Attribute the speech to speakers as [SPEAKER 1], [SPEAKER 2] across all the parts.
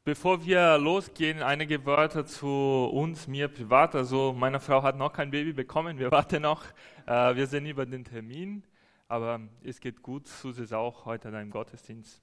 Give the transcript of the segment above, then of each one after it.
[SPEAKER 1] Bevor wir losgehen, einige Wörter zu uns, mir privat. Also meine Frau hat noch kein Baby bekommen, wir warten noch. Wir sind über den Termin, aber es geht gut. Susi ist auch heute in einem Gottesdienst.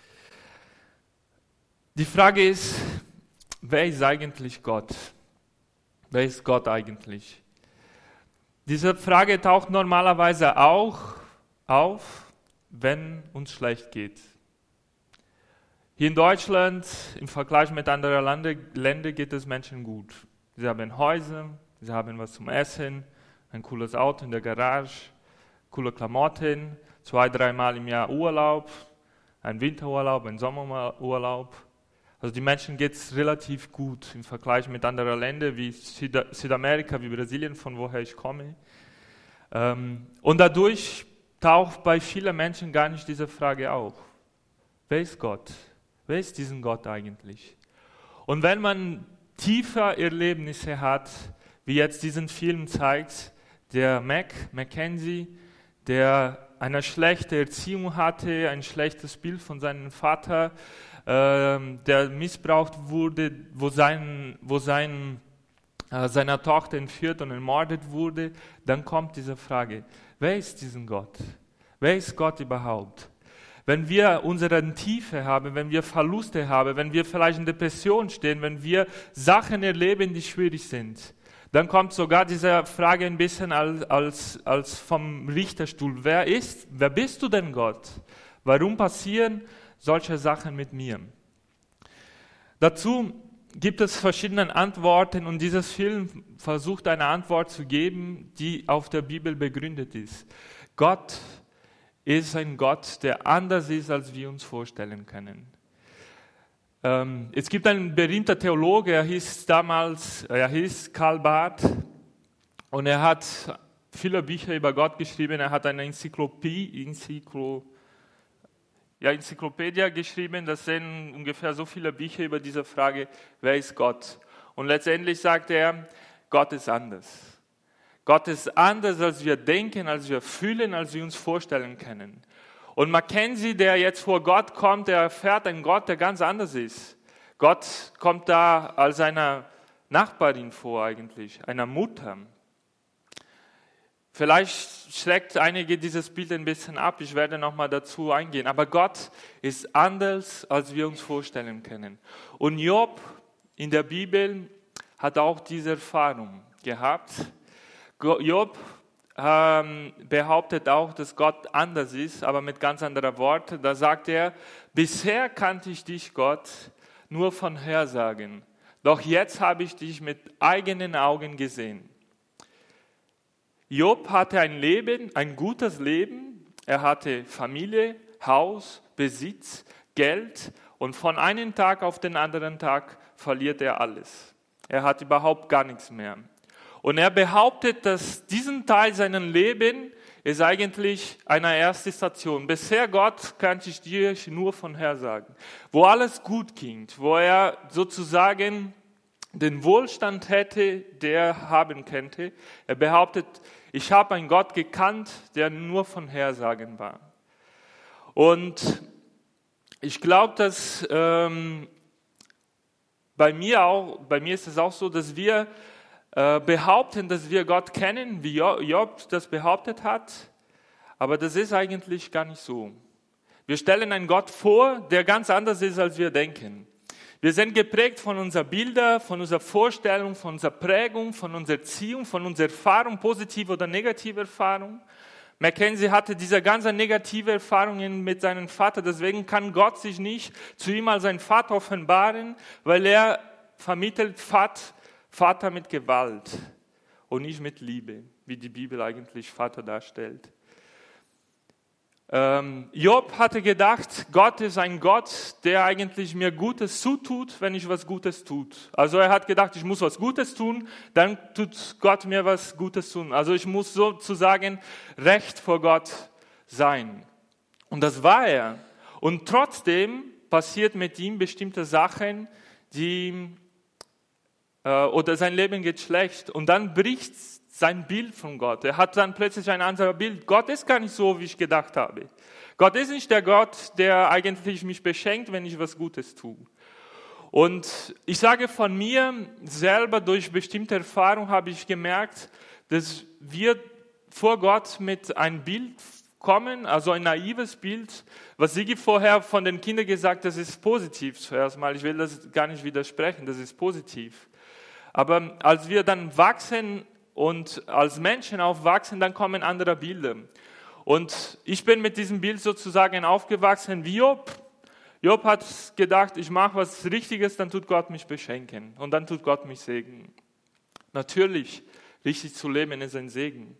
[SPEAKER 1] Die Frage ist, wer ist eigentlich Gott? Wer ist Gott eigentlich? Diese Frage taucht normalerweise auch auf, wenn uns schlecht geht. Hier in Deutschland, im Vergleich mit anderen Ländern, geht es Menschen gut. Sie haben Häuser, sie haben was zum Essen, ein cooles Auto in der Garage, coole Klamotten, 2-3 Mal im Jahr Urlaub, ein Winterurlaub, ein Sommerurlaub. Also die Menschen geht es relativ gut im Vergleich mit anderen Ländern wie Südamerika, wie Brasilien, von woher ich komme. Und dadurch taucht bei vielen Menschen gar nicht diese Frage auf. Wer ist Gott? Wer ist diesen Gott eigentlich? Und wenn man tiefer Erlebnisse hat, wie jetzt diesen Film zeigt, der Mackenzie, der eine schlechte Erziehung hatte, ein schlechtes Bild von seinem Vater, der missbraucht wurde, wo seine Tochter entführt und ermordet wurde, dann kommt diese Frage, wer ist diesen Gott? Wer ist Gott überhaupt? Wenn wir unsere Tiefe haben, wenn wir Verluste haben, wenn wir vielleicht in Depression stehen, wenn wir Sachen erleben, die schwierig sind, dann kommt sogar diese Frage ein bisschen als vom Richterstuhl. Wer bist du denn Gott? Warum passieren solche Sachen mit mir? Dazu gibt es verschiedene Antworten und dieses Film versucht eine Antwort zu geben, die auf der Bibel begründet ist. Gott ist ein Gott, der anders ist, als wir uns vorstellen können. Es gibt einen berühmten Theologe, er hieß Karl Barth und er hat viele Bücher über Gott geschrieben. Er hat eine Enzyklopädie geschrieben, das sind ungefähr so viele Bücher über diese Frage, wer ist Gott? Und letztendlich sagt er, Gott ist anders. Gott ist anders, als wir denken, als wir fühlen, als wir uns vorstellen können. Und Mackenzie, der jetzt vor Gott kommt, der erfährt einen Gott, der ganz anders ist. Gott kommt da als eine Nachbarin vor eigentlich, einer Mutter. Vielleicht schreckt einige dieses Bild ein bisschen ab, ich werde nochmal dazu eingehen. Aber Gott ist anders, als wir uns vorstellen können. Und Job in der Bibel hat auch diese Erfahrung gehabt. Job behauptet auch, dass Gott anders ist, aber mit ganz anderen Worten. Da sagt er, bisher kannte ich dich, Gott, nur von Hörsagen. Doch jetzt habe ich dich mit eigenen Augen gesehen. Job hatte ein gutes Leben. Er hatte Familie, Haus, Besitz, Geld und von einem Tag auf den anderen Tag verliert er alles. Er hat überhaupt gar nichts mehr. Und er behauptet, dass diesen Teil seines Lebens ist eigentlich eine erste Station. Bisher, Gott, kannte ich dir nur von Hörsagen. Wo alles gut ging, wo er sozusagen den Wohlstand hätte, der er haben könnte. Er behauptet, ich habe einen Gott gekannt, der nur von Hörsagen war. Und ich glaube, dass bei mir ist es auch so, dass wir behaupten, dass wir Gott kennen, wie Job das behauptet hat, aber das ist eigentlich gar nicht so. Wir stellen einen Gott vor, der ganz anders ist, als wir denken. Wir sind geprägt von unseren Bildern, von unserer Vorstellung, von unserer Prägung, von unserer Erziehung, von unserer Erfahrung, positive oder negative Erfahrung. Mackenzie hatte diese ganzen negative Erfahrungen mit seinem Vater, deswegen kann Gott sich nicht zu ihm als sein Vater offenbaren, weil er vermittelt Vater mit Gewalt und nicht mit Liebe, wie die Bibel eigentlich Vater darstellt. Job hatte gedacht, Gott ist ein Gott, der eigentlich mir Gutes zutut, wenn ich was Gutes tut. Also er hat gedacht, ich muss was Gutes tun, dann tut Gott mir was Gutes tun. Also ich muss sozusagen recht vor Gott sein. Und das war er. Und trotzdem passiert mit ihm bestimmte Sachen, oder sein Leben geht schlecht und dann bricht sein Bild von Gott. Er hat dann plötzlich ein anderes Bild. Gott ist gar nicht so, wie ich gedacht habe. Gott ist nicht der Gott, der eigentlich mich beschenkt, wenn ich was Gutes tue. Und ich sage von mir selber, durch bestimmte Erfahrung habe ich gemerkt, dass wir vor Gott mit einem Bild kommen, also ein naives Bild. Was Sigi vorher von den Kindern gesagt hat, das ist positiv zuerst mal. Ich will das gar nicht widersprechen, das ist positiv. Aber als wir dann wachsen und als Menschen aufwachsen, dann kommen andere Bilder. Und ich bin mit diesem Bild sozusagen aufgewachsen wie Job. Job hat gedacht, ich mache was Richtiges, dann tut Gott mich beschenken und dann tut Gott mich segnen. Natürlich, richtig zu leben ist ein Segen.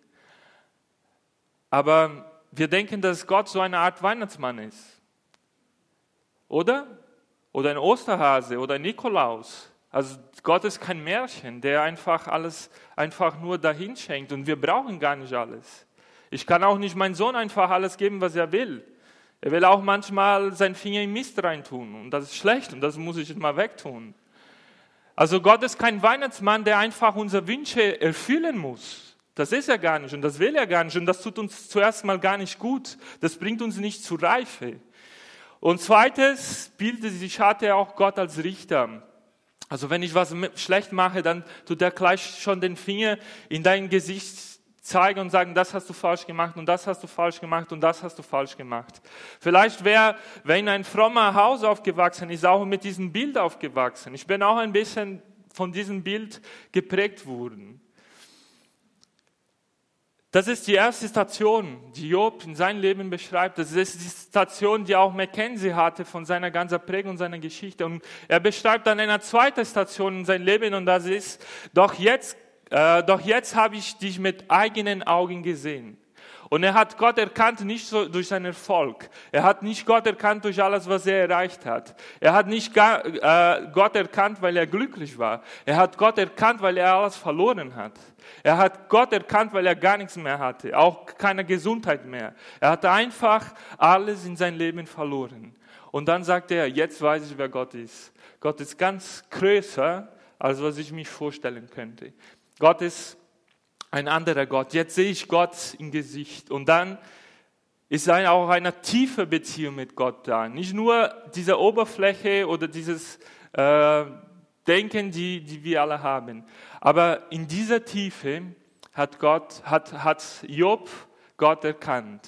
[SPEAKER 1] Aber wir denken, dass Gott so eine Art Weihnachtsmann ist. Oder? Oder ein Osterhase oder ein Nikolaus. Also Gott ist kein Märchen, der einfach alles einfach nur dahin schenkt und wir brauchen gar nicht alles. Ich kann auch nicht meinem Sohn einfach alles geben, was er will. Er will auch manchmal seinen Finger im Mist reintun und das ist schlecht und das muss ich mal wegtun. Also Gott ist kein Weihnachtsmann, der einfach unsere Wünsche erfüllen muss. Das ist er gar nicht und das will er gar nicht und das tut uns zuerst mal gar nicht gut. Das bringt uns nicht zur Reife. Und zweites bildet sich hatte auch Gott als Richter. Also wenn ich was schlecht mache, dann tut er gleich schon den Finger in dein Gesicht zeigen und sagen, das hast du falsch gemacht und das hast du falsch gemacht und das hast du falsch gemacht. Vielleicht wer in ein frommer Haus aufgewachsen ist, auch mit diesem Bild aufgewachsen. Ich bin auch ein bisschen von diesem Bild geprägt worden. Das ist die erste Station, die Job in seinem Leben beschreibt. Das ist die Station, die auch Mackenzie hatte von seiner ganzen Prägung und seiner Geschichte. Und er beschreibt dann eine zweite Station in seinem Leben und das ist, doch jetzt habe ich dich mit eigenen Augen gesehen. Und er hat Gott erkannt, nicht so durch seinen Erfolg. Er hat nicht Gott erkannt durch alles, was er erreicht hat. Er hat nicht Gott erkannt, weil er glücklich war. Er hat Gott erkannt, weil er alles verloren hat. Er hat Gott erkannt, weil er gar nichts mehr hatte, auch keine Gesundheit mehr. Er hat einfach alles in sein Leben verloren. Und dann sagt er, jetzt weiß ich, wer Gott ist. Gott ist ganz größer, als was ich mich vorstellen könnte. Gott ist ein anderer Gott. Jetzt sehe ich Gott im Gesicht. Und dann ist auch eine tiefe Beziehung mit Gott da. Nicht nur diese Oberfläche oder dieses Denken, die wir alle haben. Aber in dieser Tiefe hat Job Gott erkannt.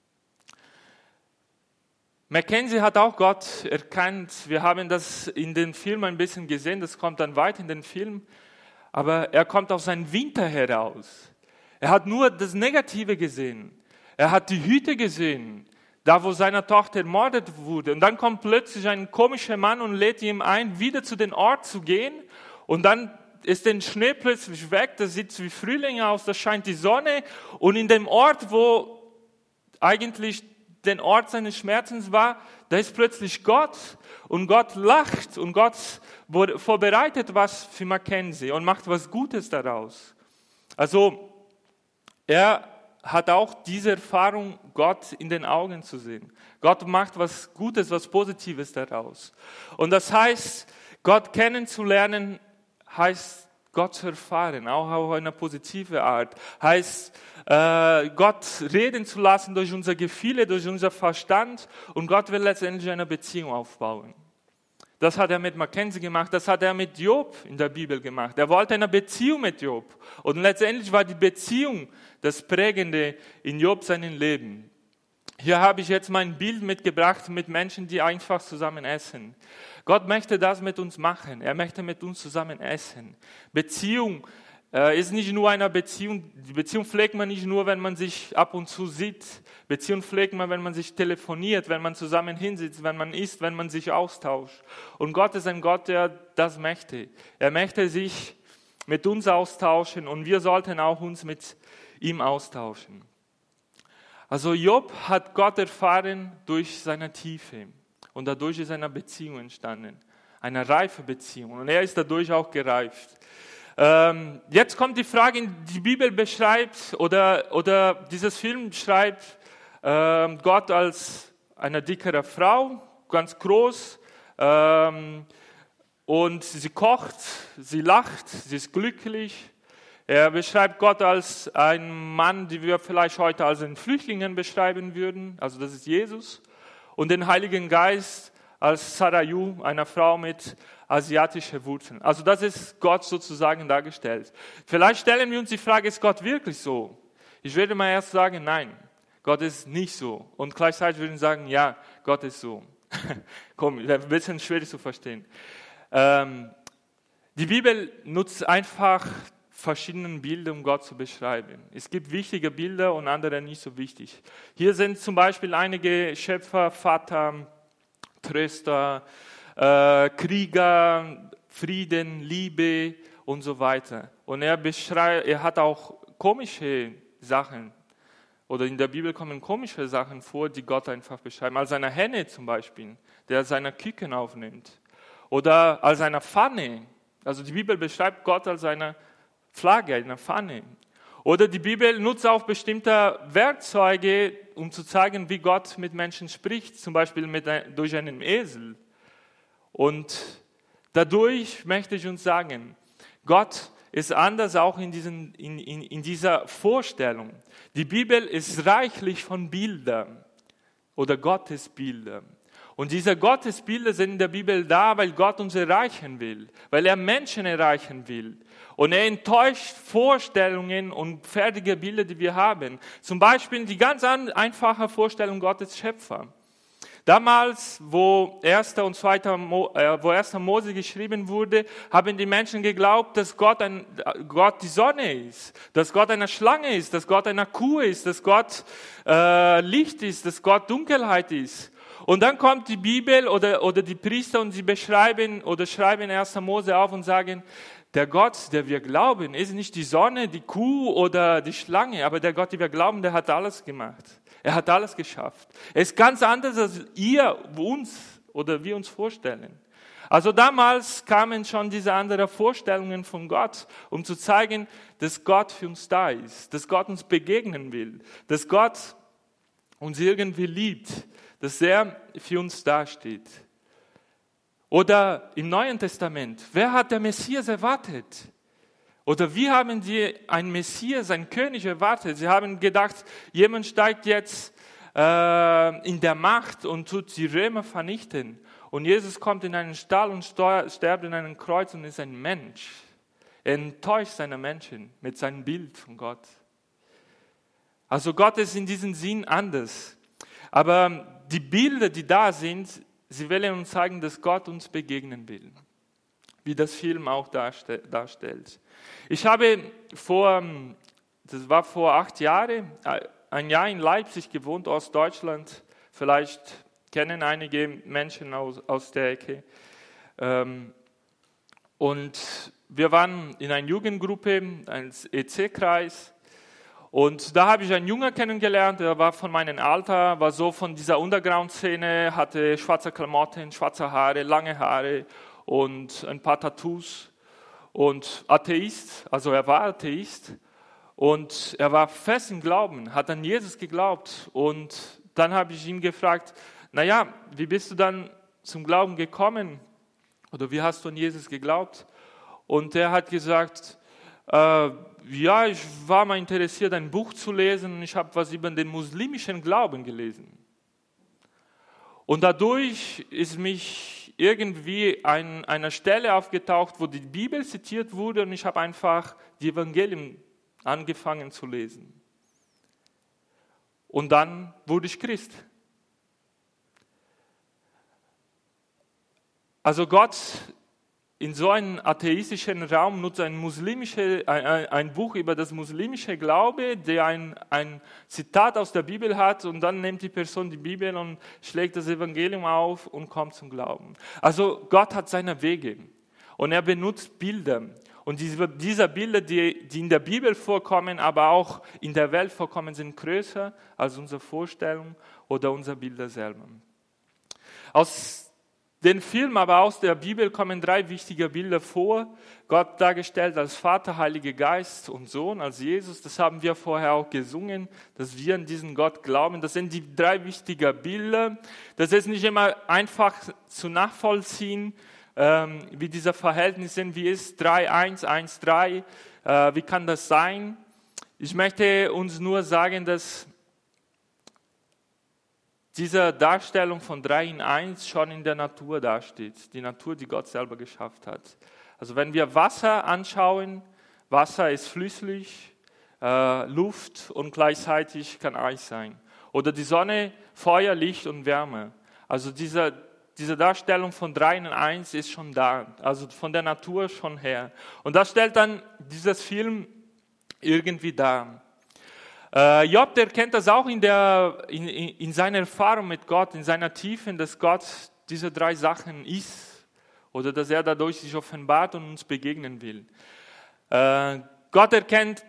[SPEAKER 1] Mackenzie hat auch Gott erkannt. Wir haben das in dem Film ein bisschen gesehen. Das kommt dann weit in den Film. Aber er kommt aus seinem Winter heraus. Er hat nur das Negative gesehen. Er hat die Hütte gesehen, da wo seine Tochter ermordet wurde. Und dann kommt plötzlich ein komischer Mann und lädt ihn ein, wieder zu dem Ort zu gehen. Und dann ist der Schnee plötzlich weg, das sieht wie Frühling aus, da scheint die Sonne. Und in dem Ort, wo eigentlich der Ort seines Schmerzens war, da ist plötzlich Gott. Und Gott lacht und Gott vorbereitet was für Mackenzie und macht was Gutes daraus. Also er hat auch diese Erfahrung, Gott in den Augen zu sehen. Gott macht was Gutes, was Positives daraus. Und das heißt, Gott kennenzulernen, heißt Gott zu erfahren, auch auf eine positive Art. Heißt, Gott reden zu lassen durch unsere Gefühle, durch unser Verstand und Gott will letztendlich eine Beziehung aufbauen. Das hat er mit Mackenzie gemacht, das hat er mit Job in der Bibel gemacht. Er wollte eine Beziehung mit Job und letztendlich war die Beziehung das Prägende in Job seinem Leben. Hier habe ich jetzt mein Bild mitgebracht mit Menschen, die einfach zusammen essen. Gott möchte das mit uns machen. Er möchte mit uns zusammen essen. Beziehung ist nicht nur eine Beziehung. Die Beziehung pflegt man nicht nur, wenn man sich ab und zu sieht. Beziehung pflegt man, wenn man sich telefoniert, wenn man zusammen hinsitzt, wenn man isst, wenn man sich austauscht. Und Gott ist ein Gott, der das möchte. Er möchte sich mit uns austauschen und wir sollten auch uns mit ihm austauschen. Also Job hat Gott erfahren durch seine Tiefe und dadurch ist eine Beziehung entstanden, eine reife Beziehung und er ist dadurch auch gereift. Jetzt kommt die Frage, die Bibel beschreibt oder dieses Film schreibt Gott als eine dickere Frau, ganz groß und sie kocht, sie lacht, sie ist glücklich. Er beschreibt Gott als einen Mann, den wir vielleicht heute als einen Flüchtlingen beschreiben würden, also das ist Jesus. Und den Heiligen Geist als Sarayu, einer Frau mit asiatische Wurzeln. Also das ist Gott sozusagen dargestellt. Vielleicht stellen wir uns die Frage, ist Gott wirklich so? Ich würde mal erst sagen, nein, Gott ist nicht so. Und gleichzeitig würden wir sagen, ja, Gott ist so. Komm, das ist ein bisschen schwierig zu verstehen. Die Bibel nutzt einfach verschiedene Bilder, um Gott zu beschreiben. Es gibt wichtige Bilder und andere nicht so wichtig. Hier sind zum Beispiel einige Schöpfer, Vater, Tröster, Krieger, Frieden, Liebe und so weiter. Und er hat auch komische Sachen, oder in der Bibel kommen komische Sachen vor, die Gott einfach beschreibt. Als eine Henne zum Beispiel, der seine Küken aufnimmt. Oder als eine Pfanne. Also die Bibel beschreibt Gott als eine Flagge, eine Pfanne. Oder die Bibel nutzt auch bestimmte Werkzeuge, um zu zeigen, wie Gott mit Menschen spricht. Zum Beispiel durch einen Esel. Und dadurch möchte ich uns sagen, Gott ist anders auch in dieser Vorstellung. Die Bibel ist reichlich von Bildern oder Gottesbilder. Und diese Gottesbilder sind in der Bibel da, weil Gott uns erreichen will, weil er Menschen erreichen will. Und er enttäuscht Vorstellungen und fertige Bilder, die wir haben. Zum Beispiel die ganz einfache Vorstellung Gottes Schöpfer. Damals, wo 1. Mose geschrieben wurde, haben die Menschen geglaubt, dass Gott die Sonne ist, dass Gott eine Schlange ist, dass Gott eine Kuh ist, dass Gott Licht ist, dass Gott Dunkelheit ist. Und dann kommt die Bibel oder die Priester und sie beschreiben oder schreiben 1. Mose auf und sagen, der Gott, der wir glauben, ist nicht die Sonne, die Kuh oder die Schlange, aber der Gott, den wir glauben, der hat alles gemacht. Er hat alles geschafft. Er ist ganz anders, als wir uns vorstellen. Also damals kamen schon diese anderen Vorstellungen von Gott, um zu zeigen, dass Gott für uns da ist, dass Gott uns begegnen will, dass Gott uns irgendwie liebt, dass er für uns dasteht. Oder im Neuen Testament, wer hat der Messias erwartet? Oder wie haben die einen Messias, einen König erwartet? Sie haben gedacht, jemand steigt jetzt in der Macht und tut die Römer vernichten. Und Jesus kommt in einen Stall und stirbt in einem Kreuz und ist ein Mensch. Er enttäuscht seine Menschen mit seinem Bild von Gott. Also Gott ist in diesem Sinn anders. Aber die Bilder, die da sind, sie wollen uns zeigen, dass Gott uns begegnen will. Wie das Film auch darstellt. Ich habe das war vor 8 Jahren, ein Jahr in Leipzig gewohnt, Ostdeutschland. Vielleicht kennen einige Menschen aus der Ecke. Und wir waren in einer Jugendgruppe, ein EC-Kreis. Und da habe ich einen Jungen kennengelernt, der war von meinem Alter, war so von dieser Underground-Szene, hatte schwarze Klamotten, schwarze Haare, lange Haare und ein paar Tattoos. Und Atheist, also er war Atheist. Und er war fest im Glauben, hat an Jesus geglaubt. Und dann habe ich ihn gefragt, naja, wie bist du dann zum Glauben gekommen? Oder wie hast du an Jesus geglaubt? Und er hat gesagt, ja, ich war mal interessiert, ein Buch zu lesen und ich habe was über den muslimischen Glauben gelesen. Und dadurch ist mich irgendwie eine Stelle aufgetaucht, wo die Bibel zitiert wurde und ich habe einfach die Evangelien angefangen zu lesen. Und dann wurde ich Christ. Also Gott in so einem atheistischen Raum nutzt ein Buch über das muslimische Glaube, der ein Zitat aus der Bibel hat und dann nimmt die Person die Bibel und schlägt das Evangelium auf und kommt zum Glauben. Also Gott hat seine Wege und er benutzt Bilder. Und diese Bilder, die in der Bibel vorkommen, aber auch in der Welt vorkommen, sind größer als unsere Vorstellung oder unsere Bilder selber. Aus den Film, aber aus der Bibel kommen 3 wichtige Bilder vor. Gott dargestellt als Vater, Heiliger Geist und Sohn, als Jesus. Das haben wir vorher auch gesungen, dass wir an diesen Gott glauben. Das sind die 3 wichtigen Bilder. Das ist nicht immer einfach zu nachvollziehen, wie diese Verhältnisse sind. Wie ist 3-1, 1-3? Wie kann das sein? Ich möchte uns nur sagen, dass diese Darstellung von 3 in 1 schon in der Natur dasteht. Die Natur, die Gott selber geschafft hat. Also wenn wir Wasser anschauen, Wasser ist flüssig, Luft und gleichzeitig kann Eis sein. Oder die Sonne, Feuer, Licht und Wärme. Also diese Darstellung von 3 in 1 ist schon da, also von der Natur schon her. Und das stellt dann dieses Film irgendwie dar. Job, der kennt das auch in seiner Erfahrung mit Gott, in seiner Tiefe, dass Gott diese 3 Sachen ist oder dass er dadurch sich offenbart und uns begegnen will. Job erkennt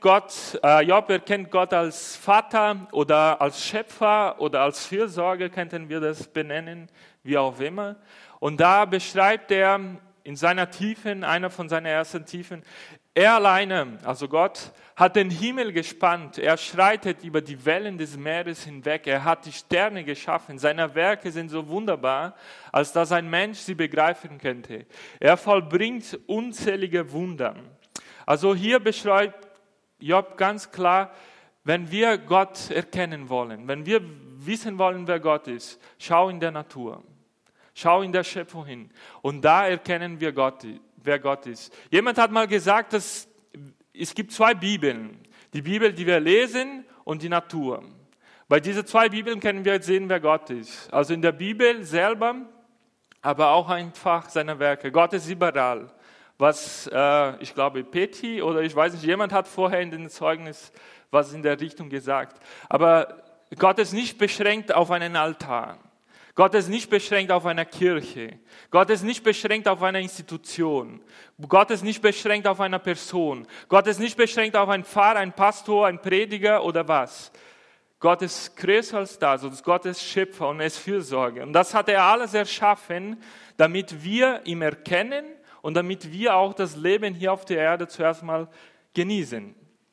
[SPEAKER 1] Gott als Vater oder als Schöpfer oder als Fürsorger, könnten wir das benennen, wie auch immer. Und da beschreibt er in seiner Tiefen, einer von seinen ersten Tiefen, er alleine, also Gott, hat den Himmel gespannt. Er schreitet über die Wellen des Meeres hinweg. Er hat die Sterne geschaffen. Seine Werke sind so wunderbar, als dass ein Mensch sie begreifen könnte. Er vollbringt unzählige Wunder. Also hier beschreibt Job ganz klar, wenn wir Gott erkennen wollen, wenn wir wissen wollen, wer Gott ist, schau in der Natur, schau in der Schöpfung hin und da erkennen wir wer Gott ist. Jemand hat mal gesagt, dass es gibt 2 Bibeln, die Bibel, die wir lesen und die Natur. Bei diesen 2 Bibeln können wir jetzt sehen, wer Gott ist. Also in der Bibel selber, aber auch einfach seine Werke. Gott ist überall. Was, ich glaube, Peti oder ich weiß nicht, jemand hat vorher in dem Zeugnis was in der Richtung gesagt. Aber Gott ist nicht beschränkt auf einen Altar. Gott ist nicht beschränkt auf eine Kirche. Gott ist nicht beschränkt auf eine Institution. Gott ist nicht beschränkt auf eine Person. Gott ist nicht beschränkt auf einen Pfarrer, einen Pastor, einen Prediger oder was. Gott ist größer als das. Und Gott ist Schöpfer und er ist Fürsorge. Und das hat er alles erschaffen, damit wir ihn erkennen und damit wir auch das Leben hier auf der Erde zuerst mal genießen.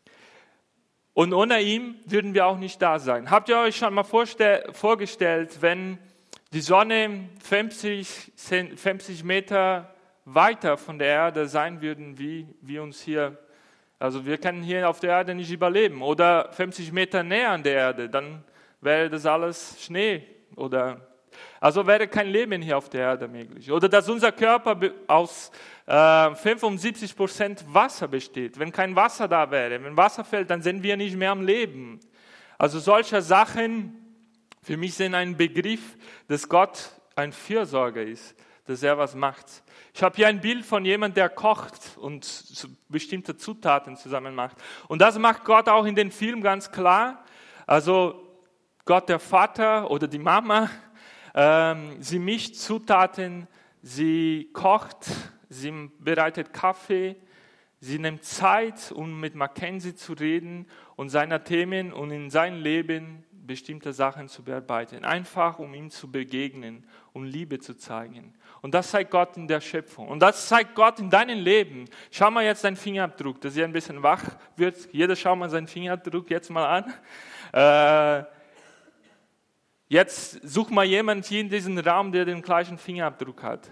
[SPEAKER 1] Und ohne ihn würden wir auch nicht da sein. Habt ihr euch schon mal vorgestellt, wenn die Sonne 50 Meter weiter von der Erde sein würden, wie wir uns hier, also wir können hier auf der Erde nicht überleben, oder 50 Meter näher an der Erde, dann wäre das alles Schnee, also wäre kein Leben hier auf der Erde möglich. Oder dass unser Körper aus 75% Wasser besteht. Wenn kein Wasser da wäre, wenn Wasser fällt, dann sind wir nicht mehr am Leben. Also solche Sachen für mich sind ein Begriff, dass Gott ein Fürsorger ist, dass er was macht. Ich habe hier ein Bild von jemandem, der kocht und bestimmte Zutaten zusammen macht. Und das macht Gott auch in den Film ganz klar. Also Gott der Vater oder die Mama, sie mischt Zutaten, sie kocht, sie bereitet Kaffee, sie nimmt Zeit, um mit Mackenzie zu reden und seiner Themen und in sein Leben bestimmte Sachen zu bearbeiten. Einfach, um ihm zu begegnen, um Liebe zu zeigen. Und das zeigt Gott in der Schöpfung. Und das zeigt Gott in deinem Leben. Schau mal jetzt deinen Fingerabdruck, dass ihr ein bisschen wach wird. Jeder schaut mal seinen Fingerabdruck jetzt mal an. Jetzt such mal jemanden hier in diesem Raum, der den gleichen Fingerabdruck hat.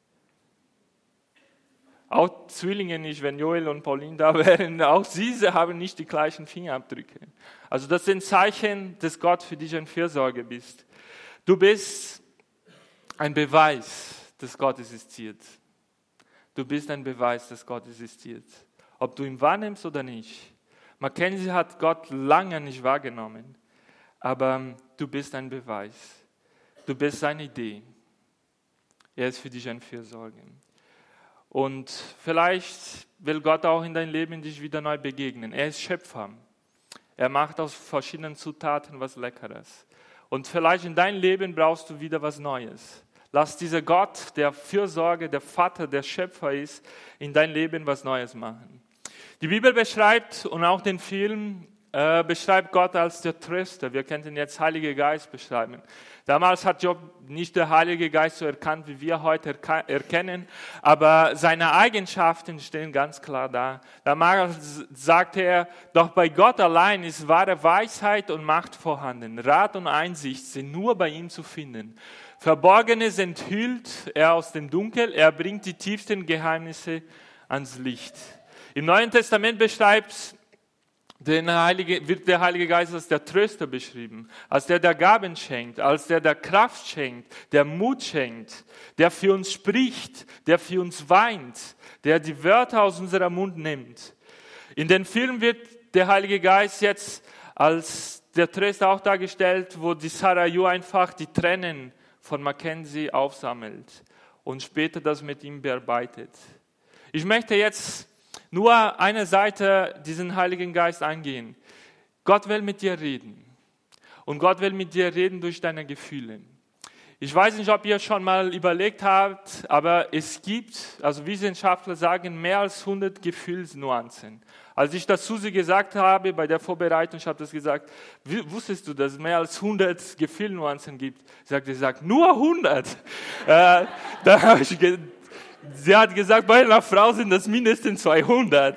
[SPEAKER 1] Auch Zwillinge nicht, wenn Joel und Pauline da wären. Auch sie haben nicht die gleichen Fingerabdrücke. Also das sind Zeichen, dass Gott für dich ein Fürsorger bist. Du bist ein Beweis, dass Gott existiert. Du bist ein Beweis, dass Gott existiert. Ob du ihn wahrnimmst oder nicht. Mackenzie hat Gott lange nicht wahrgenommen. Aber du bist ein Beweis. Du bist seine Idee. Er ist für dich ein Fürsorger. Und vielleicht will Gott auch in dein Leben dich wieder neu begegnen. Er ist Schöpfer. Er macht aus verschiedenen Zutaten was Leckeres. Und vielleicht in deinem Leben brauchst du wieder was Neues. Lass dieser Gott, der Fürsorge, der Vater, der Schöpfer ist, in dein Leben was Neues machen. Die Bibel beschreibt und auch den Film beschreibt Gott als der Tröster. Wir können ihn jetzt Heiliger Geist beschreiben. Damals hat Job nicht der Heilige Geist so erkannt, wie wir heute erkennen, aber seine Eigenschaften stehen ganz klar da. Damals sagte er, doch bei Gott allein ist wahre Weisheit und Macht vorhanden. Rat und Einsicht sind nur bei ihm zu finden. Verborgenes enthüllt er aus dem Dunkel, er bringt die tiefsten Geheimnisse ans Licht. Im Neuen Testament beschreibt wird der Heilige Geist als der Tröster beschrieben, als der Gaben schenkt, als der Kraft schenkt, der Mut schenkt, der für uns spricht, der für uns weint, der die Wörter aus unserem Mund nimmt. In den Film wird der Heilige Geist jetzt als der Tröster auch dargestellt, wo die Sarah Yu einfach die Tränen von Mackenzie aufsammelt und später das mit ihm bearbeitet. Ich möchte jetzt nur eine Seite diesen Heiligen Geist eingehen. Gott will mit dir reden. Und Gott will mit dir reden durch deine Gefühle. Ich weiß nicht, ob ihr schon mal überlegt habt, aber es gibt, also Wissenschaftler sagen, mehr als 100 Gefühlsnuancen. Als ich das Susi gesagt habe, bei der Vorbereitung, ich habe das gesagt, wusstest du, dass es mehr als 100 Gefühlsnuancen gibt? Sie sagt, nur 100? Da habe ich Sie hat gesagt, bei einer Frau sind das mindestens 200.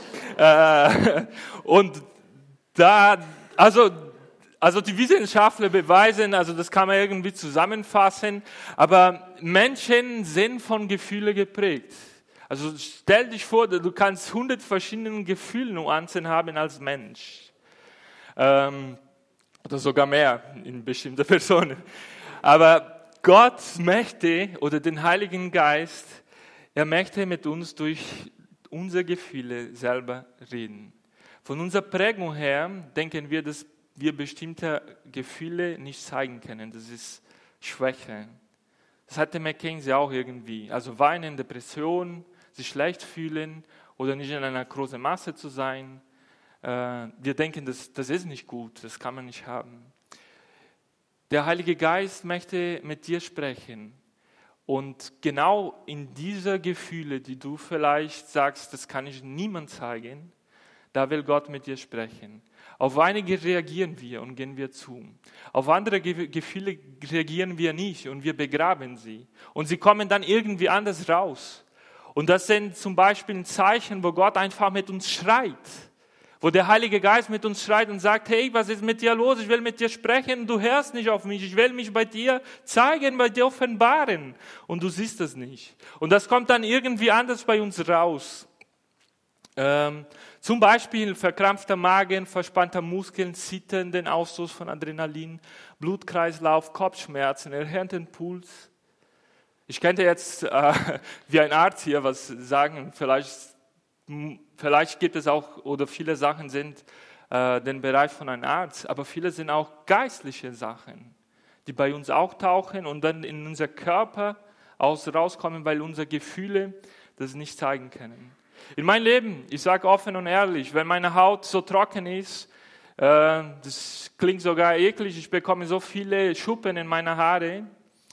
[SPEAKER 1] Und da, also die Wissenschaftler beweisen, also das kann man irgendwie zusammenfassen, aber Menschen sind von Gefühlen geprägt. Also stell dich vor, du kannst 100 verschiedene Gefühlnuancen haben als Mensch. Oder sogar mehr in bestimmten Personen. Aber Gott möchte, oder den Heiligen Geist, er möchte mit uns durch unsere Gefühle selber reden. Von unserer Prägung her denken wir, dass wir bestimmte Gefühle nicht zeigen können. Das ist Schwäche. Das hatte Mackenzie auch irgendwie. Also Weinen, Depression, sich schlecht fühlen oder nicht in einer großen Masse zu sein. Wir denken, das ist nicht gut, das kann man nicht haben. Der Heilige Geist möchte mit dir sprechen. Und genau in diese Gefühle, die du vielleicht sagst, das kann ich niemand zeigen, da will Gott mit dir sprechen. Auf einige reagieren wir und gehen wir zu. Auf andere Gefühle reagieren wir nicht und wir begraben sie. Und sie kommen dann irgendwie anders raus. Und das sind zum Beispiel ein Zeichen, wo Gott einfach mit uns schreit. Wo der Heilige Geist mit uns schreit und sagt, hey, was ist mit dir los? Ich will mit dir sprechen, du hörst nicht auf mich. Ich will mich bei dir zeigen, bei dir offenbaren. Und du siehst es nicht. Und das kommt dann irgendwie anders bei uns raus. Zum Beispiel verkrampfter Magen, verspannter Muskeln, Zittern, den Ausstoß von Adrenalin, Blutkreislauf, Kopfschmerzen, erhöhten Puls. Ich könnte jetzt wie ein Arzt hier was sagen, Vielleicht gibt es auch, oder viele Sachen sind den Bereich von einem Arzt, aber viele sind auch geistliche Sachen, die bei uns auch tauchen und dann in unser Körper rauskommen, weil unsere Gefühle das nicht zeigen können. In meinem Leben, ich sage offen und ehrlich, wenn meine Haut so trocken ist, das klingt sogar eklig, ich bekomme so viele Schuppen in meine Haare.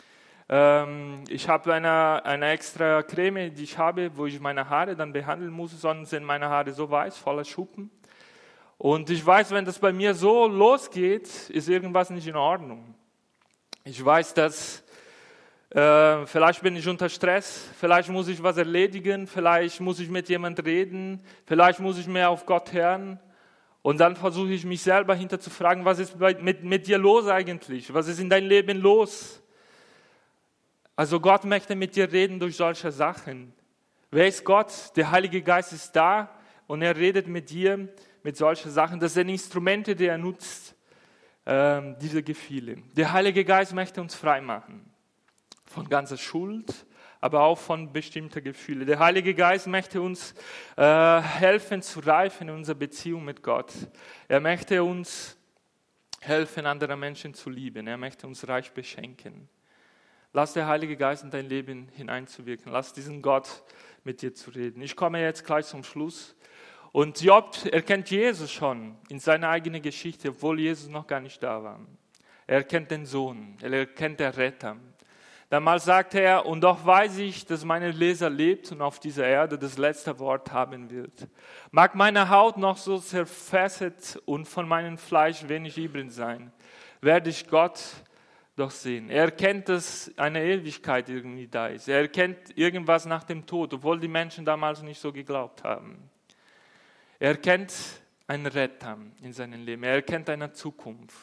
[SPEAKER 1] Ich habe eine extra Creme, die ich habe, wo ich meine Haare dann behandeln muss, sonst sind meine Haare so weiß, voller Schuppen. Und ich weiß, wenn das bei mir so losgeht, ist irgendwas nicht in Ordnung. Ich weiß, dass vielleicht bin ich unter Stress, vielleicht muss ich was erledigen, vielleicht muss ich mit jemand reden, vielleicht muss ich mehr auf Gott hören. Und dann versuche ich mich selber hinterzufragen, was ist mit dir los eigentlich? Was ist in deinem Leben los? Also Gott möchte mit dir reden durch solche Sachen. Wer ist Gott? Der Heilige Geist ist da und er redet mit dir mit solchen Sachen. Das sind Instrumente, die er nutzt, diese Gefühle. Der Heilige Geist möchte uns frei machen von ganzer Schuld, aber auch von bestimmten Gefühlen. Der Heilige Geist möchte uns helfen zu reifen in unserer Beziehung mit Gott. Er möchte uns helfen, andere Menschen zu lieben. Er möchte uns reich beschenken. Lass der Heilige Geist in dein Leben hineinzuwirken. Lass diesen Gott mit dir zu reden. Ich komme jetzt gleich zum Schluss. Und Job erkennt Jesus schon in seiner eigenen Geschichte, obwohl Jesus noch gar nicht da war. Er erkennt den Sohn, er erkennt den Retter. Damals sagte er, und doch weiß ich, dass mein Leser lebt und auf dieser Erde das letzte Wort haben wird. Mag meine Haut noch so zerfasset und von meinem Fleisch wenig übrig sein, werde ich Gott doch sehen. Er erkennt, dass eine Ewigkeit irgendwie da ist. Er erkennt irgendwas nach dem Tod, obwohl die Menschen damals nicht so geglaubt haben. Er erkennt einen Retter in seinem Leben. Er erkennt eine Zukunft.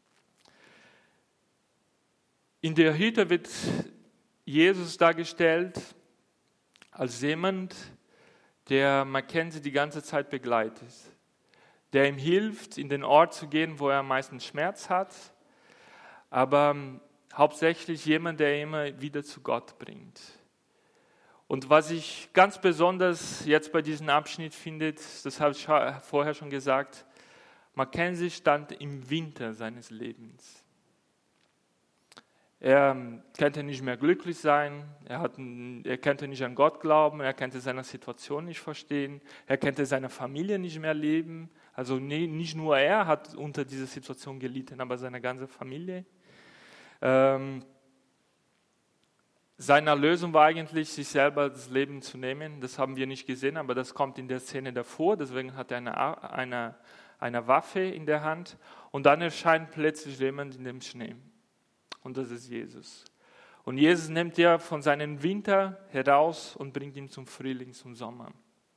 [SPEAKER 1] In der Hütte wird Jesus dargestellt als jemand, der Mackenzie die ganze Zeit begleitet. der ihm hilft, in den Ort zu gehen, wo er am meisten Schmerz hat, aber hauptsächlich jemand, der ihn immer wieder zu Gott bringt. Und was ich ganz besonders jetzt bei diesem Abschnitt finde, das habe ich vorher schon gesagt, Mackenzie stand im Winter seines Lebens. Er könnte nicht mehr glücklich sein, er könnte nicht an Gott glauben, er könnte seine Situation nicht verstehen, er könnte seine Familie nicht mehr leben. Also nicht nur er hat unter dieser Situation gelitten, aber seine ganze Familie. Seine Lösung war eigentlich, sich selber das Leben zu nehmen. Das haben wir nicht gesehen, aber das kommt in der Szene davor. Deswegen hat er eine Waffe in der Hand und dann erscheint plötzlich jemand in dem Schnee. Und das ist Jesus. Und Jesus nimmt er von seinem Winter heraus und bringt ihn zum Frühling, zum Sommer.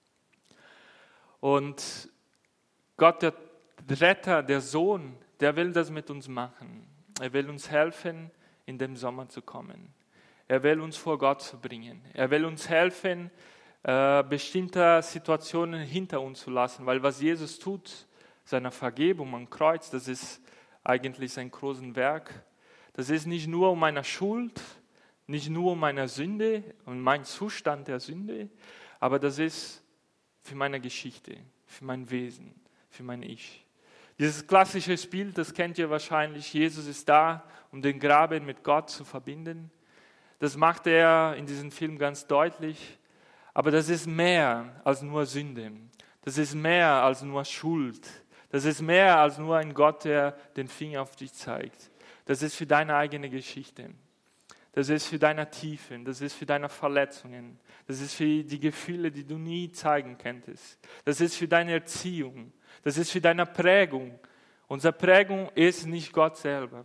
[SPEAKER 1] Und Gott, der Retter, der Sohn, der will das mit uns machen. Er will uns helfen, in den Sommer zu kommen. Er will uns vor Gott zu bringen. Er will uns helfen, bestimmte Situationen hinter uns zu lassen. Weil was Jesus tut, seine Vergebung am Kreuz, das ist eigentlich sein großes Werk. Das ist nicht nur um meine Schuld, nicht nur um meine Sünde und meinen Zustand der Sünde, aber das ist für meine Geschichte, für mein Wesen, für mein Ich. Dieses klassische Bild, das kennt ihr wahrscheinlich, Jesus ist da, um den Graben mit Gott zu verbinden. Das macht er in diesem Film ganz deutlich, aber das ist mehr als nur Sünde. Das ist mehr als nur Schuld. Das ist mehr als nur ein Gott, der den Finger auf dich zeigt. Das ist für deine eigene Geschichte. Das ist für deine Tiefen. Das ist für deine Verletzungen. Das ist für die Gefühle, die du nie zeigen könntest. Das ist für deine Erziehung. Das ist für deine Prägung. Unsere Prägung ist nicht Gott selber.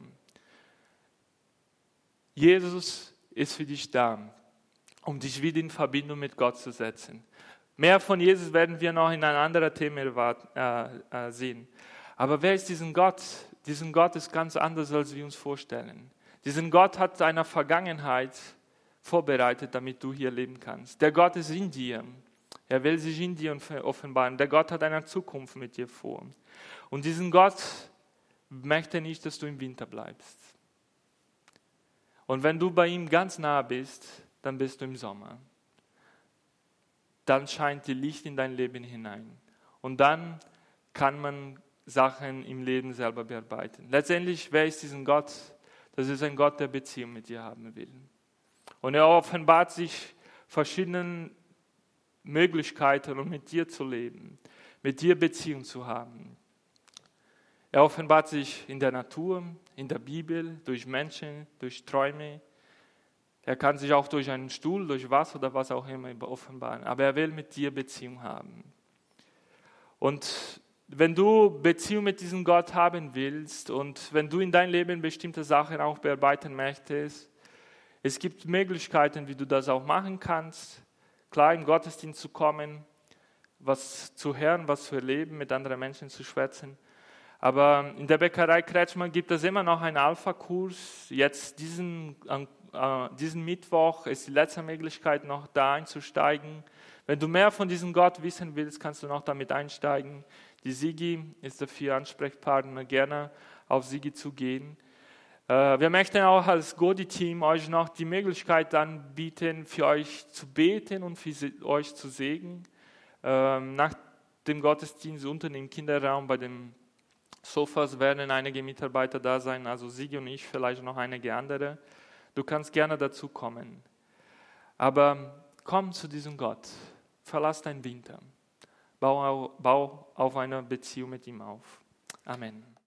[SPEAKER 1] Jesus ist für dich da, um dich wieder in Verbindung mit Gott zu setzen. Mehr von Jesus werden wir noch in einem anderen Thema sehen. Aber wer ist diesen Gott? Diesen Gott ist ganz anders, als wir uns vorstellen. Diesen Gott hat eine Vergangenheit vorbereitet, damit du hier leben kannst. Der Gott ist in dir. Er will sich in dir offenbaren. Der Gott hat eine Zukunft mit dir vor. Und diesen Gott möchte nicht, dass du im Winter bleibst. Und wenn du bei ihm ganz nah bist, dann bist du im Sommer. Dann scheint die Licht in dein Leben hinein. Und dann kann man Sachen im Leben selber bearbeiten. Letztendlich, wer ist diesen Gott? Das ist ein Gott, der Beziehung mit dir haben will. Und er offenbart sich verschiedenen Möglichkeiten, um mit dir zu leben, mit dir Beziehung zu haben. Er offenbart sich in der Natur, in der Bibel, durch Menschen, durch Träume. Er kann sich auch durch einen Stuhl, durch was oder was auch immer offenbaren. Aber er will mit dir Beziehung haben. Und wenn du Beziehung mit diesem Gott haben willst und wenn du in dein Leben bestimmte Sachen auch bearbeiten möchtest, es gibt Möglichkeiten, wie du das auch machen kannst. Klar, im Gottesdienst zu kommen, was zu hören, was zu erleben, mit anderen Menschen zu schwätzen. Aber in der Bäckerei Kretschmann gibt es immer noch einen Alpha-Kurs. Jetzt diesen Mittwoch ist die letzte Möglichkeit, noch da einzusteigen. Wenn du mehr von diesem Gott wissen willst, kannst du noch damit einsteigen. Die Sigi ist dafür Ansprechpartner, gerne auf Sigi zu gehen. Wir möchten auch als Godi-Team euch noch die Möglichkeit anbieten, für euch zu beten und für euch zu segnen. Nach dem Gottesdienst unten im Kinderraum bei den Sofas werden einige Mitarbeiter da sein, also Sigi und ich, vielleicht noch einige andere. Du kannst gerne dazu kommen. Aber komm zu diesem Gott. Verlass deinen Winter. Bau auf eine Beziehung mit ihm auf. Amen.